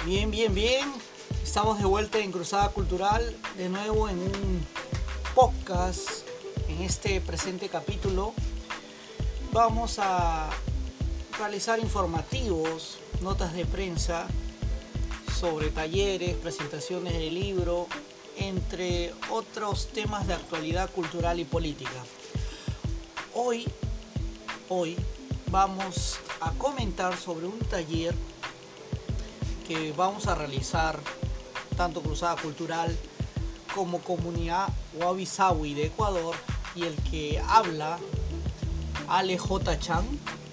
Bien, bien, bien. Estamos de vuelta en Cruzada Cultural, de nuevo en un podcast. En este presente capítulo vamos a realizar informativos, notas de prensa sobre talleres, presentaciones de libro, entre otros temas de actualidad cultural y política. Hoy vamos a comentar sobre un taller que vamos a realizar tanto Cruzada Cultural como Comunidad Wabi-Sabi de Ecuador, y el que habla, Ale J. Chan.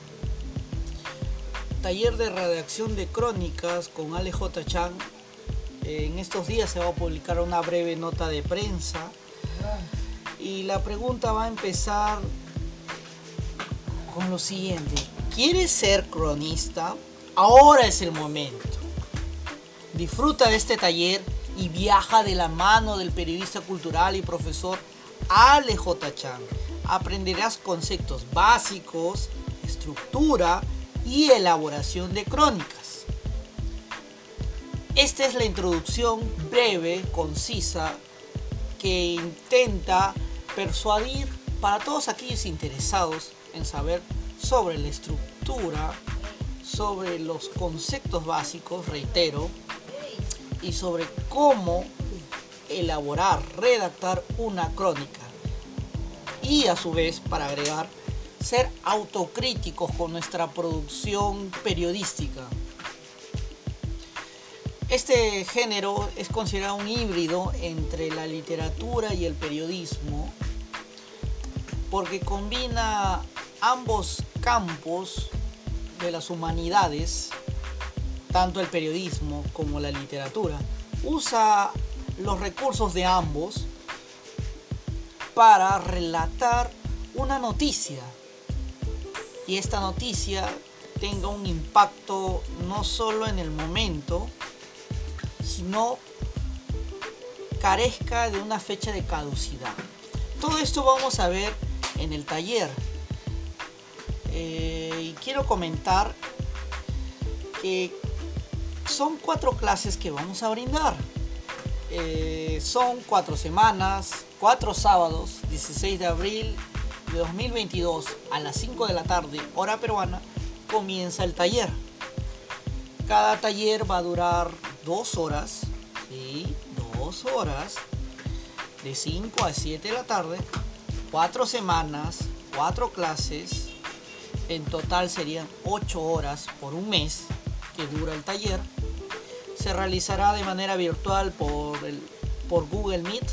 Taller de redacción de crónicas con Ale J. Chan. En estos días se va a publicar una breve nota de prensa y la pregunta va a empezar con lo siguiente: ¿quieres ser cronista? Ahora es el momento. Disfruta de este taller y viaja de la mano del periodista cultural y profesor Ale J. Chan. Aprenderás conceptos básicos, estructura y elaboración de crónicas. Esta es la introducción breve, concisa, que intenta persuadir para todos aquellos interesados en saber sobre la estructura, sobre los conceptos básicos, reitero, y sobre cómo elaborar, redactar una crónica. Y a su vez, para agregar, ser autocríticos con nuestra producción periodística. Este género es considerado un híbrido entre la literatura y el periodismo, porque combina ambos campos de las humanidades, tanto el periodismo como la literatura. Usa los recursos de ambos para relatar una noticia, y esta noticia tenga un impacto no solo en el momento, sino carezca de una fecha de caducidad. Todo esto vamos a ver en el taller. Y quiero comentar que son 4 clases que vamos a brindar. Son 4 semanas, 4 sábados, 16 de abril de 2022 a las 5 de la tarde, hora peruana, comienza el taller. Cada taller va a durar 2 horas, ¿sí? 2 horas, de 5 a 7 de la tarde, 4 semanas, 4 clases. En total serían 8 horas por un mes que dura el taller. Se realizará de manera virtual por Google Meet.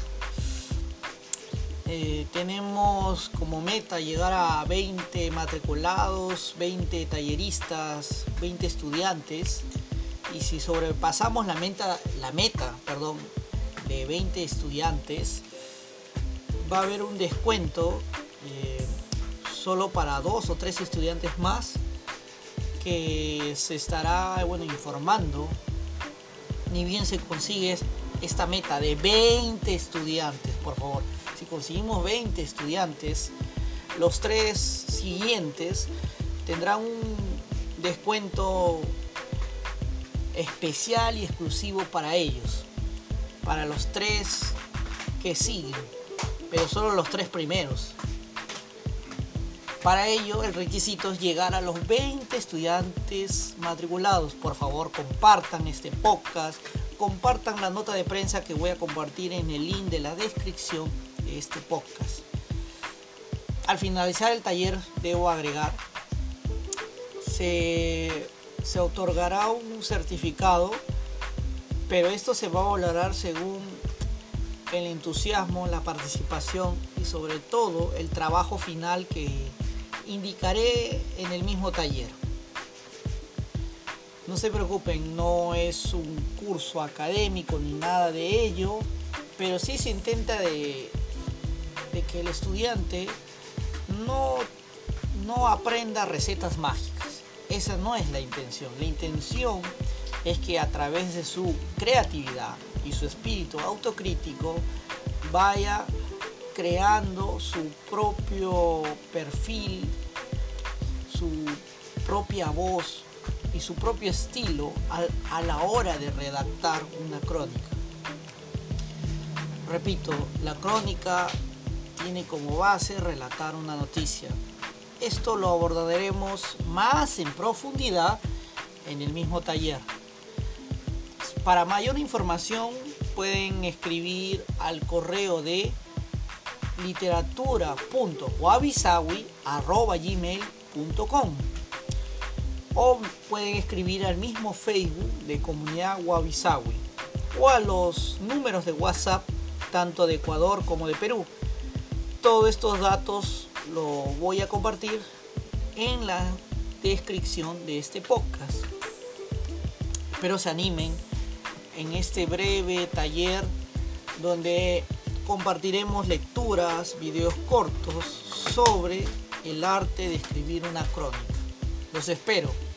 Tenemos como meta llegar a 20 matriculados, 20 talleristas, 20 estudiantes. Y si sobrepasamos la meta de 20 estudiantes, va a haber un descuento solo para 2 o 3 estudiantes más, que se estará informando ni bien se consigue esta meta de 20 estudiantes. Por favor, si conseguimos 20 estudiantes, los 3 siguientes tendrán un descuento especial y exclusivo para ellos, para los 3 que siguen, pero solo los 3 primeros. Para ello, el requisito es llegar a los 20 estudiantes matriculados. Por favor, compartan este podcast, compartan la nota de prensa que voy a compartir en el link de la descripción de este podcast. Al finalizar el taller, debo agregar, se otorgará un certificado, pero esto se va a valorar según el entusiasmo, la participación y sobre todo el trabajo final que indicaré en el mismo taller. No se preocupen, no es un curso académico ni nada de ello, pero sí se intenta de que el estudiante no aprenda recetas mágicas. Esa no es la intención. La intención es que a través de su creatividad y su espíritu autocrítico vaya creando su propio perfil, su propia voz y y su propio estilo a la hora de redactar una crónica. Repito, la crónica tiene como base relatar una noticia. Esto lo abordaremos más en profundidad en el mismo taller. Para mayor información pueden escribir al correo de literatura.wabisabi@gmail.com o pueden escribir al mismo Facebook de Comunidad Wabi-Sabi o a los números de WhatsApp tanto de Ecuador como de Perú. Todos estos datos los voy a compartir en la descripción de este podcast. Espero se animen en este breve taller donde compartiremos lecturas, videos cortos sobre el arte de escribir una crónica. Los espero.